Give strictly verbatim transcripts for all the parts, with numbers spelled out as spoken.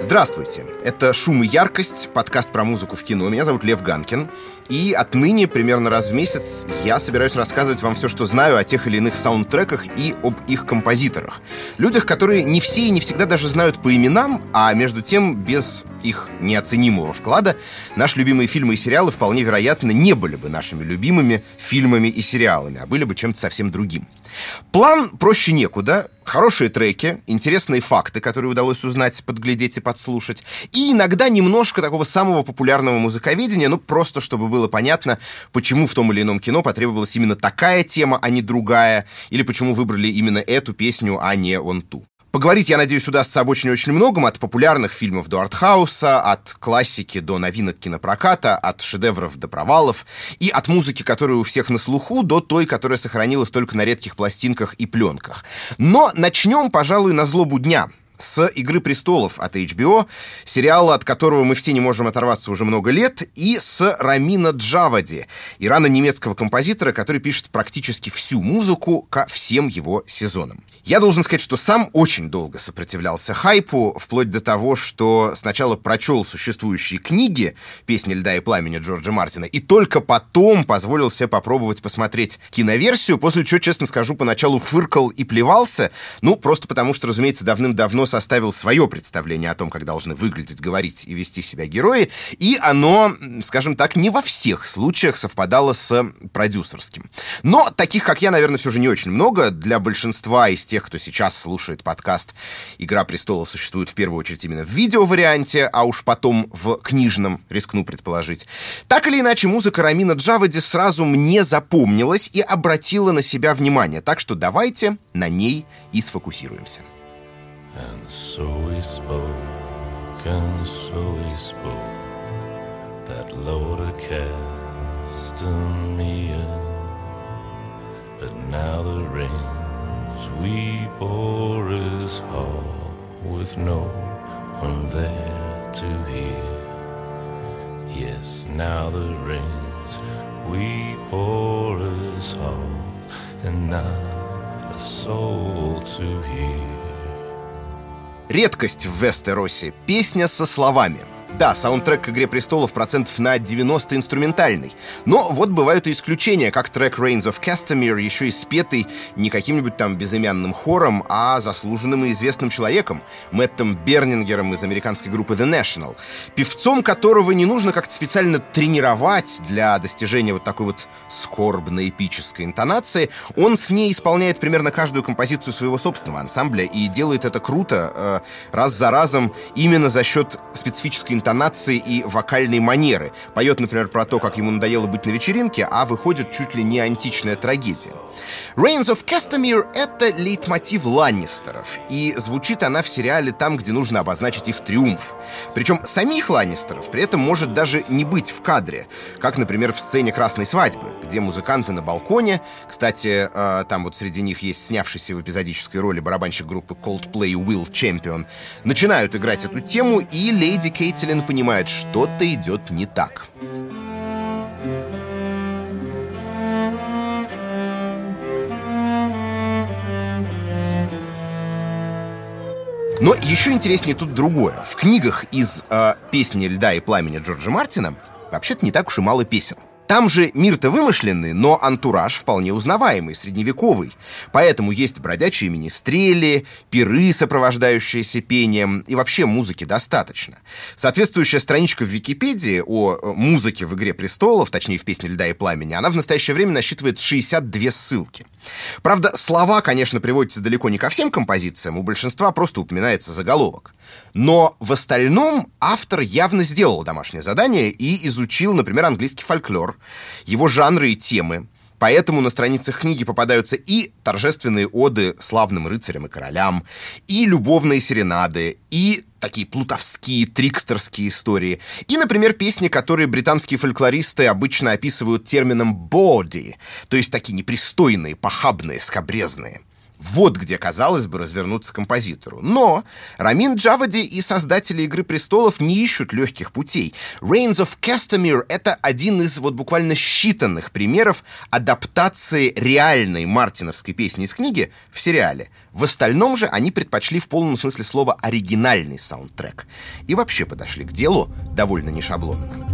Здравствуйте, это «Шум и яркость», подкаст про музыку в кино. Меня зовут Лев Ганкин. И отныне, примерно раз в месяц, я собираюсь рассказывать вам все, что знаю о тех или иных саундтреках и об их композиторах. Людях, которые не все и не всегда даже знают по именам, а между тем, без их неоценимого вклада, наши любимые фильмы и сериалы вполне вероятно не были бы нашими любимыми фильмами и сериалами, а были бы чем-то совсем другим. План проще некуда. Хорошие треки, интересные факты, которые удалось узнать, подглядеть и подслушать, и иногда немножко такого самого популярного музыковедения, ну просто чтобы было понятно, почему в том или ином кино потребовалась именно такая тема, а не другая, или почему выбрали именно эту песню, а не вон ту. Поговорить, я надеюсь, удастся об очень-очень многом, от популярных фильмов до артхауса, от классики до новинок кинопроката, от шедевров до провалов, и от музыки, которая у всех на слуху, до той, которая сохранилась только на редких пластинках и пленках. Но начнем, пожалуй, на злобу дня. С «Игры престолов» от эйч би о, сериала, от которого мы все не можем оторваться уже много лет, и с Рамина Джавади, ирано-немецкого композитора, который пишет практически всю музыку ко всем его сезонам. Я должен сказать, что сам очень долго сопротивлялся хайпу, вплоть до того, что сначала прочел существующие книги «Песни льда и пламени» Джорджа Мартина, и только потом позволил себе попробовать посмотреть киноверсию, после чего, честно скажу, поначалу фыркал и плевался, ну, просто потому что, разумеется, давным-давно составил свое представление о том, как должны выглядеть, говорить и вести себя герои, и оно, скажем так, не во всех случаях совпадало с продюсерским. Но таких, как я, наверное, все же не очень много. Для большинства из тех, кто сейчас слушает подкаст, «Игра престолов» существует в первую очередь именно в видеоварианте, а уж потом в книжном, рискну предположить. Так или иначе, музыка Рамина Джавади сразу мне запомнилась и обратила на себя внимание, так что давайте на ней и сфокусируемся. And so we spoke, and so we spoke, that Lord cast me up, but now the rains we pour is hall, with no one there to hear. Yes, now the rains we pour is hall, and not a soul to hear. Редкость в Вестеросе. Песня со словами. Да, саундтрек к «Игре престолов» процентов на девяносто инструментальный. Но вот бывают и исключения, как трек «Reigns of Castamere», еще и спетый не каким-нибудь там безымянным хором, а заслуженным и известным человеком, Мэттом Бернингером из американской группы The National, певцом которого не нужно как-то специально тренировать для достижения вот такой вот скорбно-эпической интонации. Он с ней исполняет примерно каждую композицию своего собственного ансамбля и делает это круто, э, раз за разом, именно за счет специфической интонации интонации и вокальной манеры. Поет, например, про то, как ему надоело быть на вечеринке, а выходит чуть ли не античная трагедия. «Reigns of Castamere» — это лейтмотив Ланнистеров, и звучит она в сериале там, где нужно обозначить их триумф. Причем самих Ланнистеров при этом может даже не быть в кадре, как, например, в сцене «Красной свадьбы», где музыканты на балконе, кстати, э, там вот среди них есть снявшийся в эпизодической роли барабанщик группы Coldplay Will Champion, начинают играть эту тему, и леди Кейтилин понимает, что-то идет не так. Но еще интереснее тут другое. В книгах из э, «Песни льда и пламени» Джорджа Мартина вообще-то не так уж и мало песен. Там же мир-то вымышленный, но антураж вполне узнаваемый, средневековый. Поэтому есть бродячие министрели, пиры, сопровождающиеся пением, и вообще музыки достаточно. Соответствующая страничка в Википедии о музыке в «Игре престолов», точнее в «Песне льда и пламени», она в настоящее время насчитывает шестьдесят две ссылки. Правда, слова, конечно, приводятся далеко не ко всем композициям, у большинства просто упоминается заголовок. Но в остальном автор явно сделал домашнее задание и изучил, например, английский фольклор, его жанры и темы. Поэтому на страницах книги попадаются и торжественные оды славным рыцарям и королям, и любовные серенады, и такие плутовские, трикстерские истории, и, например, песни, которые британские фольклористы обычно описывают термином «bawdy», то есть такие непристойные, похабные, скабрезные. Вот где, казалось бы, развернуться композитору. Но Рамин Джавади и создатели «Игры престолов» не ищут легких путей. «Reigns of Castamere» — это один из вот буквально считанных примеров адаптации реальной мартиновской песни из книги в сериале. В остальном же они предпочли в полном смысле слова оригинальный саундтрек. И вообще подошли к делу довольно нешаблонно.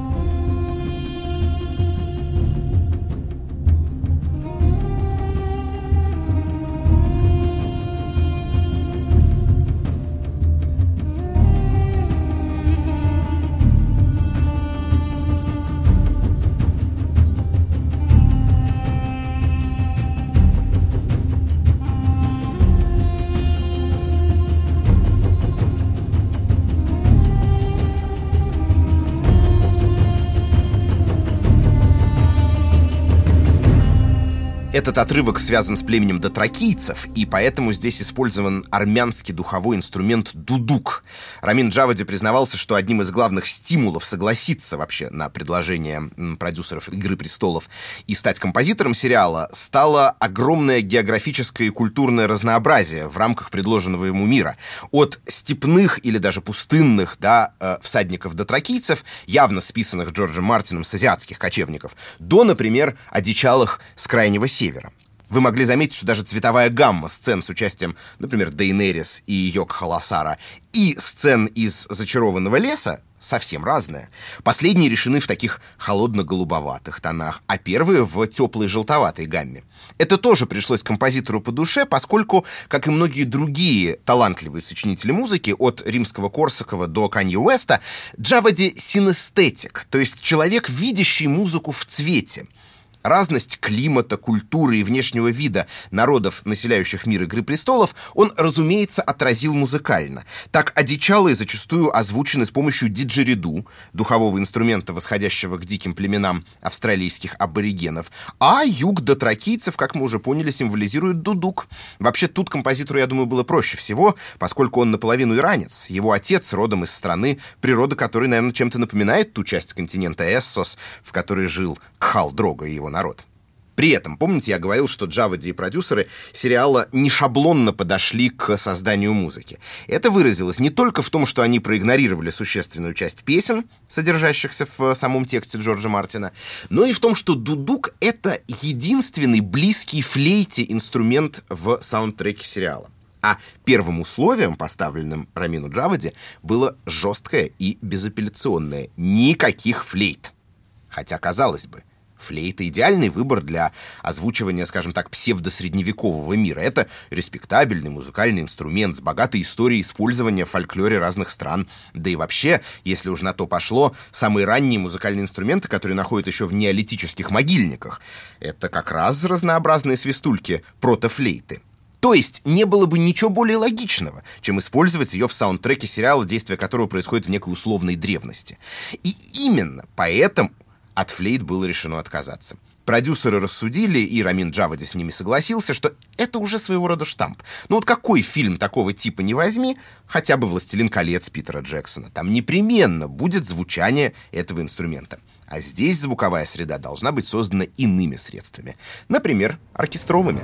Этот отрывок связан с племенем дотракийцев, и поэтому здесь использован армянский духовой инструмент дудук. Рамин Джавади признавался, что одним из главных стимулов согласиться вообще на предложение продюсеров «Игры престолов» и стать композитором сериала стало огромное географическое и культурное разнообразие в рамках предложенного ему мира. От степных или даже пустынных, да, э, всадников-дотракийцев, явно списанных Джорджем Мартином с азиатских кочевников, до, например, одичалых с Крайнего Севера. Вы могли заметить, что даже цветовая гамма сцен с участием, например, Дейенерис и Йог-Халасара, и сцен из «Зачарованного леса» совсем разная. Последние решены в таких холодно-голубоватых тонах, а первые в теплой желтоватой гамме. Это тоже пришлось композитору по душе, поскольку, как и многие другие талантливые сочинители музыки, от Римского-Корсакова до Канье Уэста, Джавади синестетик, то есть человек, видящий музыку в цвете. Разность климата, культуры и внешнего вида народов, населяющих мир «Игры престолов», он, разумеется, отразил музыкально. Так одичалые зачастую озвучены с помощью диджериду, духового инструмента, восходящего к диким племенам австралийских аборигенов, а юг дотракийцев, как мы уже поняли, символизирует дудук. Вообще, тут композитору, я думаю, было проще всего, поскольку он наполовину иранец. Его отец родом из страны, природа которой, наверное, чем-то напоминает ту часть континента Эссос, в которой жил Кхал-Дрога и его народ. При этом, помните, я говорил, что Джавади и продюсеры сериала не шаблонно подошли к созданию музыки. Это выразилось не только в том, что они проигнорировали существенную часть песен, содержащихся в самом тексте Джорджа Мартина, но и в том, что дудук — это единственный близкий флейте инструмент в саундтреке сериала. А первым условием, поставленным Рамину Джавади, было жесткое и безапелляционное: никаких флейт. Хотя, казалось бы, флейта — идеальный выбор для озвучивания, скажем так, псевдосредневекового мира. Это респектабельный музыкальный инструмент с богатой историей использования в фольклоре разных стран. Да и вообще, если уж на то пошло, самые ранние музыкальные инструменты, которые находят еще в неолитических могильниках, это как раз разнообразные свистульки протофлейты. То есть не было бы ничего более логичного, чем использовать ее в саундтреке сериала, действие которого происходит в некой условной древности. И именно поэтому от флейт было решено отказаться. Продюсеры рассудили, и Рамин Джавади с ними согласился, что это уже своего рода штамп. Ну вот какой фильм такого типа не возьми, хотя бы «Властелин колец» Питера Джексона, там непременно будет звучание этого инструмента. А здесь звуковая среда должна быть создана иными средствами, например, оркестровыми.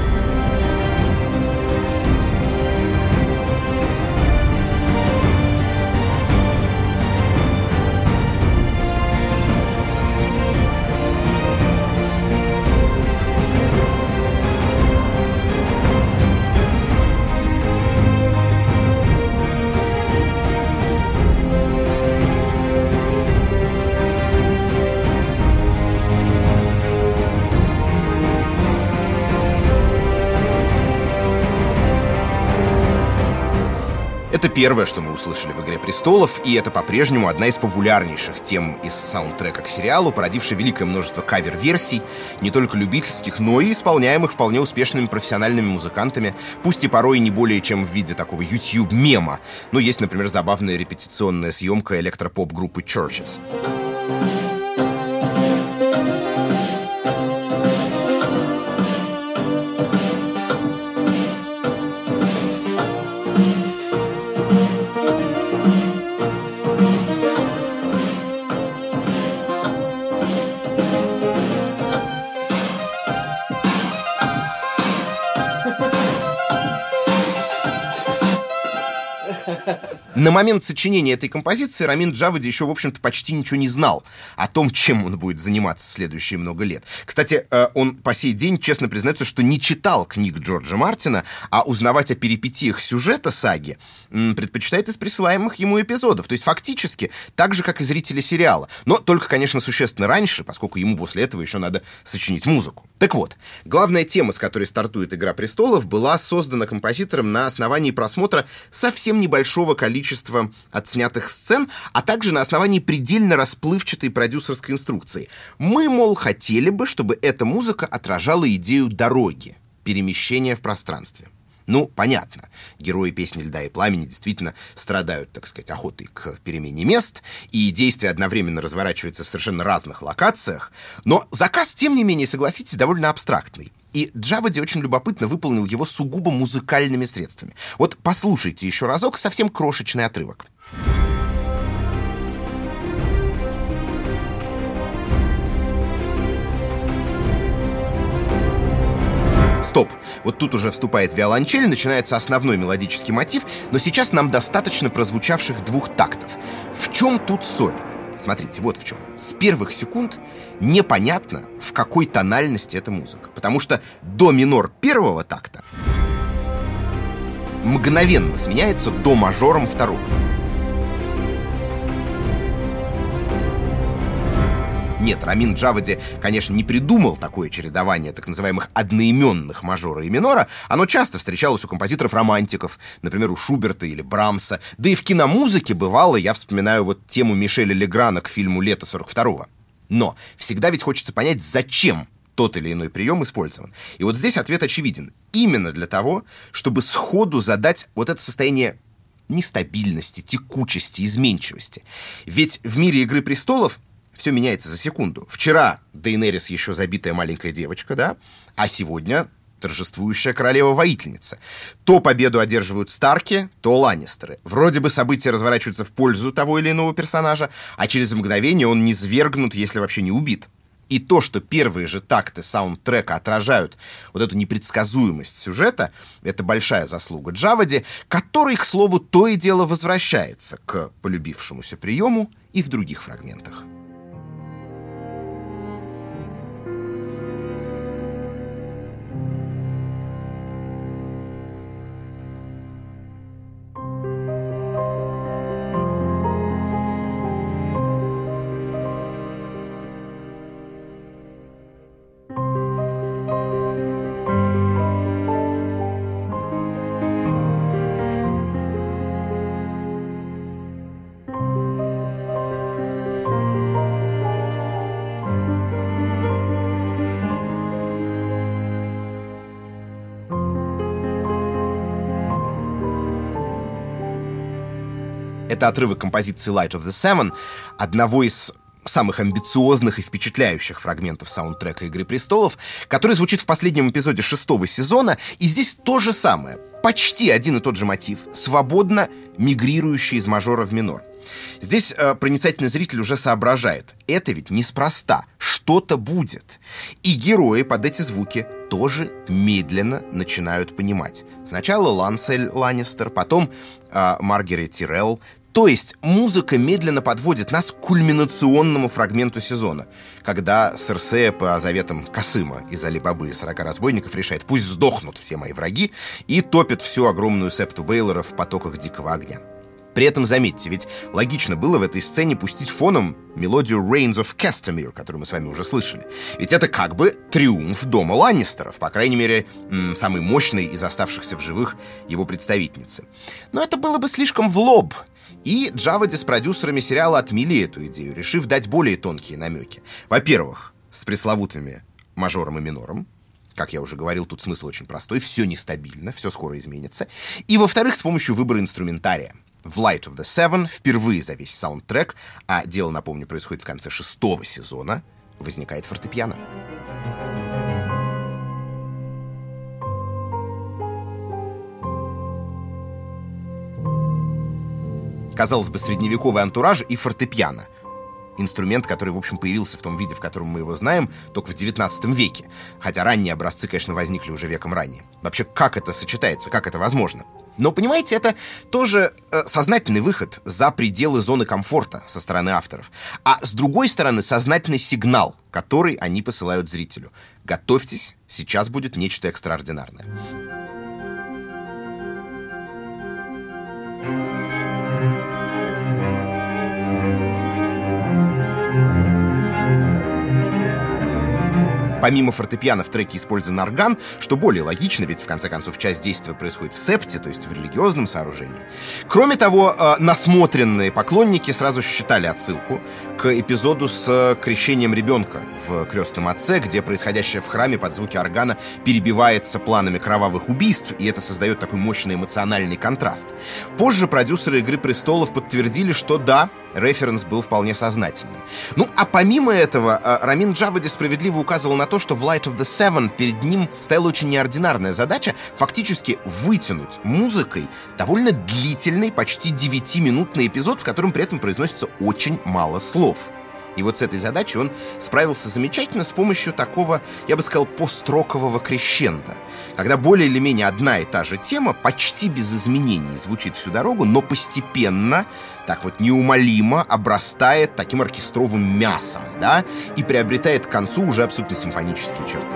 Это первое, что мы услышали в «Игре престолов», и это по-прежнему одна из популярнейших тем из саундтрека к сериалу, породившая великое множество кавер-версий, не только любительских, но и исполняемых вполне успешными профессиональными музыкантами, пусть и порой не более чем в виде такого YouTube-мема. Но есть, например, забавная репетиционная съемка электропоп-группы Churches. Ha ha ha! На момент сочинения этой композиции Рамин Джавади еще, в общем-то, почти ничего не знал о том, чем он будет заниматься следующие много лет. Кстати, он по сей день честно признается, что не читал книг Джорджа Мартина, а узнавать о перипетиях сюжета саги предпочитает из присылаемых ему эпизодов. То есть фактически так же, как и зрители сериала. Но только, конечно, существенно раньше, поскольку ему после этого еще надо сочинить музыку. Так вот, главная тема, с которой стартует «Игра престолов», была создана композитором на основании просмотра совсем небольшого количества отснятых сцен, а также на основании предельно расплывчатой продюсерской инструкции. Мы, мол, хотели бы, чтобы эта музыка отражала идею дороги, перемещения в пространстве. Ну, понятно, герои «Песни льда и пламени» действительно страдают, так сказать, охотой к перемене мест, и действие одновременно разворачивается в совершенно разных локациях, но заказ, тем не менее, согласитесь, довольно абстрактный. И Джавади очень любопытно выполнил его сугубо музыкальными средствами. Вот послушайте еще разок совсем крошечный отрывок. Стоп. Вот тут уже вступает виолончель, начинается основной мелодический мотив, но сейчас нам достаточно прозвучавших двух тактов. В чем тут соль? Смотрите, вот в чем. С первых секунд непонятно, в какой тональности эта музыка. Потому что до минор первого такта мгновенно сменяется до мажором второго. Нет, Рамин Джавади, конечно, не придумал такое чередование так называемых одноименных мажора и минора. Оно часто встречалось у композиторов-романтиков, например, у Шуберта или Брамса. Да и в киномузыке бывало, я вспоминаю вот тему Мишеля Леграна к фильму «Лето сорок второго». Но всегда ведь хочется понять, зачем тот или иной прием использован. И вот здесь ответ очевиден. Именно для того, чтобы сходу задать вот это состояние нестабильности, текучести, изменчивости. Ведь в мире «Игры престолов» все меняется за секунду. Вчера Дейенерис еще забитая маленькая девочка, да? А сегодня торжествующая королева-воительница. То победу одерживают Старки, то Ланнистеры. Вроде бы события разворачиваются в пользу того или иного персонажа, а через мгновение он низвергнут, если вообще не убит. И то, что первые же такты саундтрека отражают вот эту непредсказуемость сюжета, это большая заслуга Джавади, который, к слову, то и дело возвращается к полюбившемуся приему и в других фрагментах. Это отрывок композиции Light of the Seven, одного из самых амбициозных и впечатляющих фрагментов саундтрека «Игры престолов», который звучит в последнем эпизоде шестого сезона, и здесь то же самое. Почти один и тот же мотив, свободно мигрирующий из мажора в минор. Здесь э, проницательный зритель уже соображает. Это ведь неспроста. Что-то будет. И герои под эти звуки тоже медленно начинают понимать. Сначала Лансель Ланнистер, потом э, Маргарет Тирелл. То есть музыка медленно подводит нас к кульминационному фрагменту сезона, когда Серсея по заветам Касыма из Али Бабы и сорока разбойников решает: пусть сдохнут все мои враги, и топит всю огромную септу Бейлора в потоках дикого огня. При этом, заметьте, ведь логично было в этой сцене пустить фоном мелодию Reigns of Castamere, которую мы с вами уже слышали. Ведь это как бы триумф дома Ланнистеров, по крайней мере, м- самой мощной из оставшихся в живых его представительницы. Но это было бы слишком в лоб. И Джавади с продюсерами сериала отмели эту идею, решив дать более тонкие намеки. Во-первых, с пресловутыми мажором и минором. Как я уже говорил, тут смысл очень простой. Все нестабильно, все скоро изменится. И, во-вторых, с помощью выбора инструментария. В Light of the Seven впервые за весь саундтрек, а дело, напомню, происходит в конце шестого сезона, возникает фортепиано. Казалось бы, средневековый антураж и фортепиано. инструмент, который, в общем, появился в том виде, в котором мы его знаем, только в девятнадцатом веке. Хотя ранние образцы, конечно, возникли уже веком ранее. Вообще, как это сочетается, как это возможно? Но, понимаете, это тоже э, сознательный выход за пределы зоны комфорта со стороны авторов. А с другой стороны, сознательный сигнал, который они посылают зрителю. Готовьтесь, сейчас будет нечто экстраординарное. Помимо фортепиано в треке использован орган, что более логично, ведь в конце концов часть действия происходит в септе, то есть в религиозном сооружении. Кроме того, э, насмотренные поклонники сразу считали отсылку к эпизоду с крещением ребенка в «Крестном отце», где происходящее в храме под звуки органа перебивается планами кровавых убийств, и это создает такой мощный эмоциональный контраст. Позже продюсеры «Игры престолов» подтвердили, что да, референс был вполне сознательным. Ну, а помимо этого, Рамин Джавади справедливо указывал на то, что в Light of the Seven перед ним стояла очень неординарная задача фактически вытянуть музыкой довольно длительный, почти девятиминутный эпизод, в котором при этом произносится очень мало слов. И вот с этой задачей он справился замечательно с помощью такого, я бы сказал, построкового крещендо, когда более или менее одна и та же тема почти без изменений звучит всю дорогу, но постепенно, так вот неумолимо обрастает таким оркестровым мясом, да, и приобретает к концу уже абсолютно симфонические черты.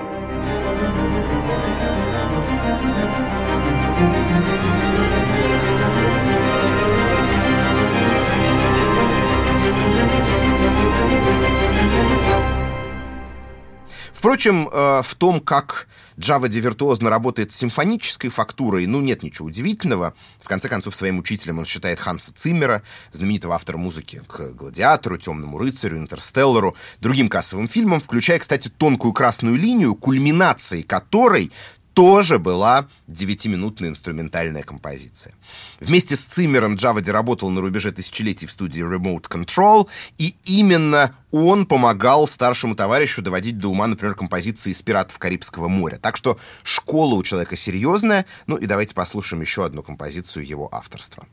Впрочем, э, в том, как Джавади виртуозно работает с симфонической фактурой, ну, нет ничего удивительного. В конце концов, своим учителем он считает Ханса Циммера, знаменитого автора музыки к «Гладиатору», «Темному рыцарю», «Интерстеллару», другим кассовым фильмам, включая, кстати, тонкую красную линию, кульминацией которой тоже была девятиминутная инструментальная композиция. Вместе с Циммером Джавади работал на рубеже тысячелетий в студии Remote Control, и именно он помогал старшему товарищу доводить до ума, например, композиции из «Пиратов Карибского моря». Так что школа у человека серьезная. Ну и давайте послушаем еще одну композицию его авторства.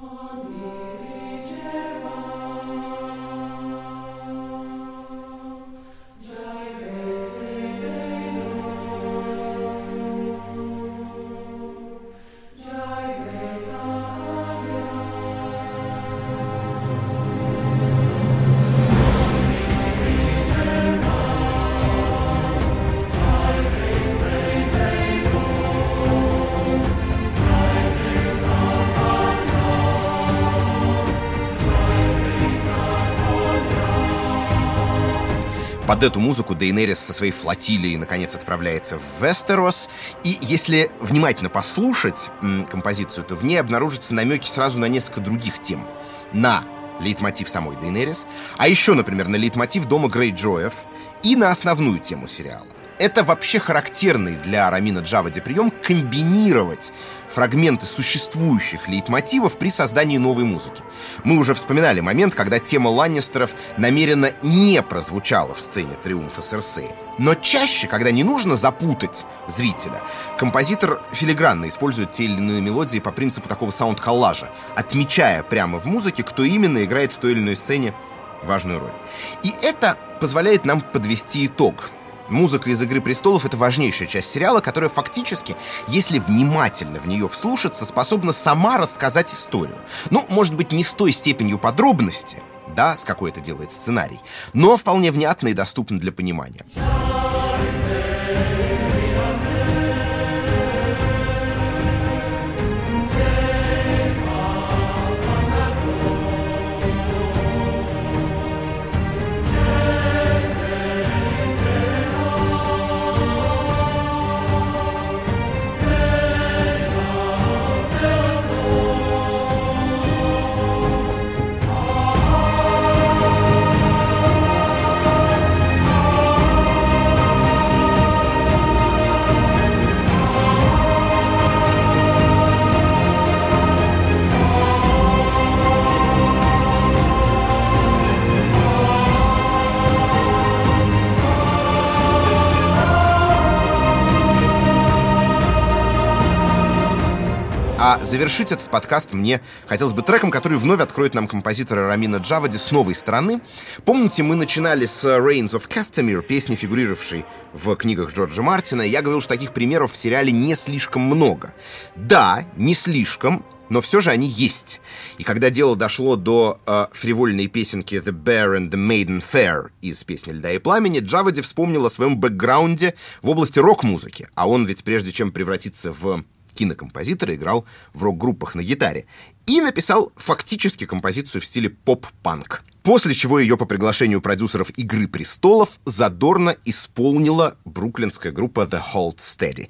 Под эту музыку Дейенерис со своей флотилией наконец отправляется в Вестерос. И если внимательно послушать м, композицию, то в ней обнаружатся намеки сразу на несколько других тем. На лейтмотив самой Дейенерис, а еще, например, на лейтмотив дома Грейджоев и на основную тему сериала. Это вообще характерный для Рамина Джавади прием комбинировать фрагменты существующих лейтмотивов при создании новой музыки. Мы уже вспоминали момент, когда тема Ланнистеров намеренно не прозвучала в сцене триумфа Серсеи. Но чаще, когда не нужно запутать зрителя, композитор филигранно использует те или иные мелодии по принципу такого саунд-коллажа, отмечая прямо в музыке, кто именно играет в той или иной сцене важную роль. И это позволяет нам подвести итог. Музыка из «Игры престолов» — это важнейшая часть сериала, которая фактически, если внимательно в нее вслушаться, способна сама рассказать историю. Ну, может быть, не с той степенью подробности, да, с какой это делает сценарий, но вполне внятно и доступно для понимания. А завершить этот подкаст мне хотелось бы треком, который вновь откроет нам композитора Рамина Джавади с новой стороны. Помните, мы начинали с Reigns of Castamere, песни, фигурировавшей в книгах Джорджа Мартина. Я говорил, что таких примеров в сериале не слишком много. Да, не слишком, но все же они есть. И когда дело дошло до э, фривольной песенки «The Bear and the Maiden Fair» из песни «Льда и пламени», Джавади вспомнил о своем бэкграунде в области рок-музыки. А он ведь прежде чем превратиться в кинокомпозитора, играл в рок-группах на гитаре. И написал фактически композицию в стиле поп-панк. После чего ее по приглашению продюсеров «Игры престолов» задорно исполнила бруклинская группа The Hold Steady.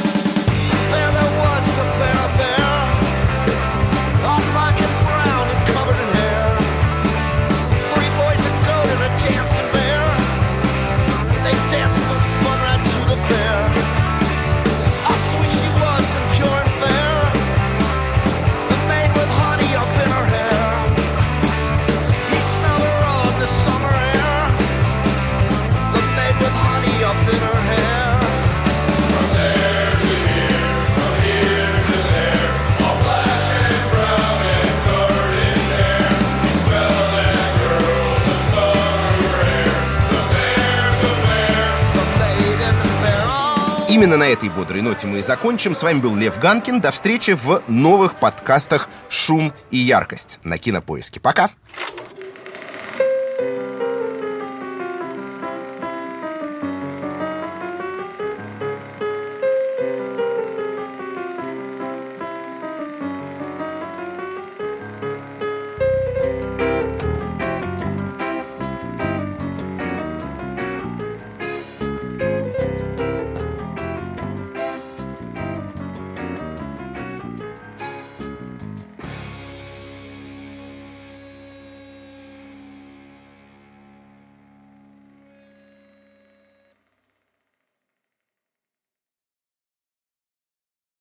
Именно на этой бодрой ноте мы и закончим. С вами был Лев Ганкин. До встречи в новых подкастах «Шум и яркость» на Кинопоиске. Пока!